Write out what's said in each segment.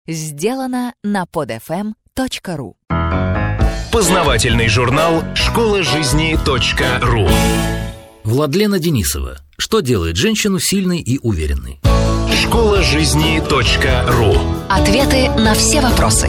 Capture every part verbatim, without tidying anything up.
Сделано на под эф эм точка ру. Познавательный журнал школа жизни точка ру. Владлена Денисова. Что делает женщину сильной и уверенной? школа жизни точка ру. Ответы на все вопросы.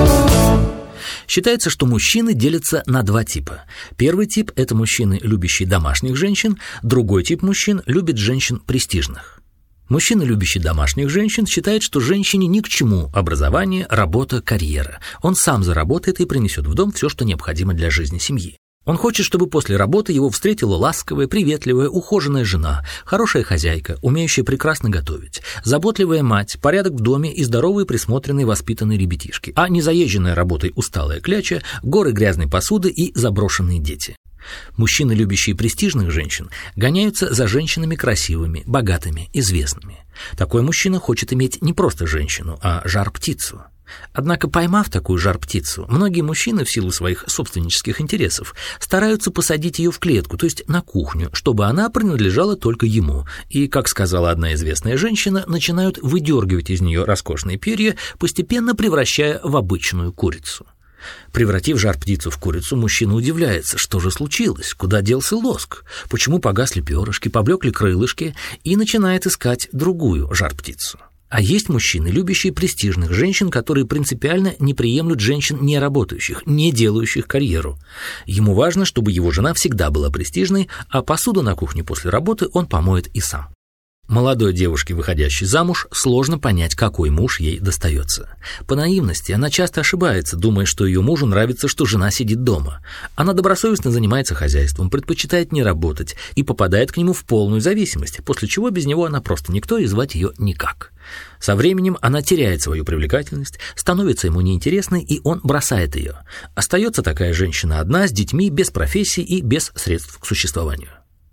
Считается, что мужчины делятся на два типа. Первый тип – это мужчины, любящие домашних женщин. Другой тип мужчин любит женщин престижных. Мужчина, любящий домашних женщин, считает, что женщине ни к чему образование, работа, карьера. Он сам заработает и принесет в дом все, что необходимо для жизни семьи. Он хочет, чтобы после работы его встретила ласковая, приветливая, ухоженная жена, хорошая хозяйка, умеющая прекрасно готовить, заботливая мать, порядок в доме и здоровые, присмотренные, воспитанные ребятишки, а не заезженная работой усталая кляча, горы грязной посуды и заброшенные дети. Мужчины, любящие престижных женщин, гоняются за женщинами красивыми, богатыми, известными. Такой мужчина хочет иметь не просто женщину, а жар-птицу. Однако, поймав такую жар-птицу, многие мужчины в силу своих собственнических интересов стараются посадить ее в клетку, то есть на кухню, чтобы она принадлежала только ему, и, как сказала одна известная женщина, начинают выдергивать из нее роскошные перья, постепенно превращая в обычную курицу. Превратив жар-птицу в курицу, мужчина удивляется, что же случилось, куда делся лоск, почему погасли перышки, поблекли крылышки, и начинает искать другую жар-птицу. А есть мужчины, любящие престижных женщин, которые принципиально не приемлют женщин не работающих, не делающих карьеру. Ему важно, чтобы его жена всегда была престижной, а посуду на кухне после работы он помоет и сам. Молодой девушке, выходящей замуж, сложно понять, какой муж ей достается. По наивности она часто ошибается, думая, что ее мужу нравится, что жена сидит дома. Она добросовестно занимается хозяйством, предпочитает не работать и попадает к нему в полную зависимость, после чего без него она просто никто и звать ее никак. Со временем она теряет свою привлекательность, становится ему неинтересной, и он бросает ее. Остается такая женщина одна, с детьми, без профессии и без средств к существованию.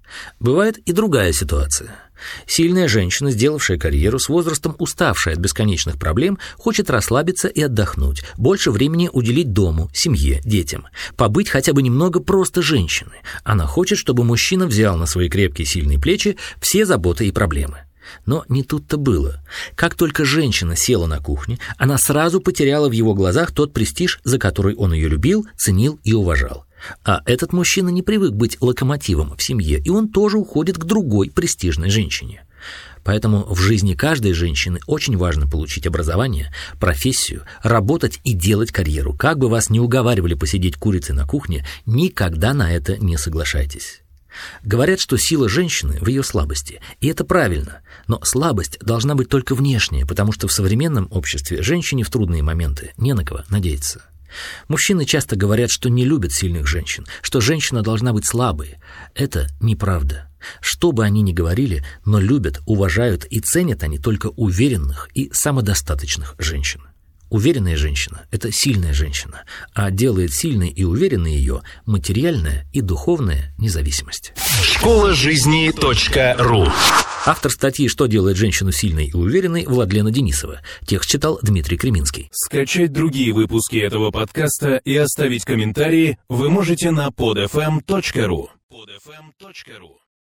Бывает и другая ситуация. Сильная женщина, сделавшая карьеру, с возрастом уставшая от бесконечных проблем, хочет расслабиться и отдохнуть, больше времени уделить дому, семье, детям, побыть хотя бы немного просто женщиной. Она хочет, чтобы мужчина взял на свои крепкие сильные плечи все заботы и проблемы. Но не тут-то было. Как только женщина села на кухне, она сразу потеряла в его глазах тот престиж, за который он ее любил, ценил и уважал. А этот мужчина не привык быть локомотивом в семье, и он тоже уходит к другой престижной женщине. Поэтому в жизни каждой женщины очень важно получить образование, профессию, работать и делать карьеру. Как бы вас ни уговаривали посидеть курицей на кухне, никогда на это не соглашайтесь. Говорят, что сила женщины в ее слабости, и это правильно, но слабость должна быть только внешняя, потому что в современном обществе женщине в трудные моменты не на кого надеяться. Мужчины часто говорят, что не любят сильных женщин, что женщина должна быть слабой. Это неправда. Что бы они ни говорили, но любят, уважают и ценят они только уверенных и самодостаточных женщин. Уверенная женщина – это сильная женщина, а делает сильной и уверенной ее материальная и духовная независимость. школа жизни точка ру. Автор статьи «Что делает женщину сильной и уверенной» Владлена Денисова. Текст читал Дмитрий Креминский. Скачать другие выпуски этого подкаста и оставить комментарии вы можете на под эф эм точка ру. под эф эм точка ру.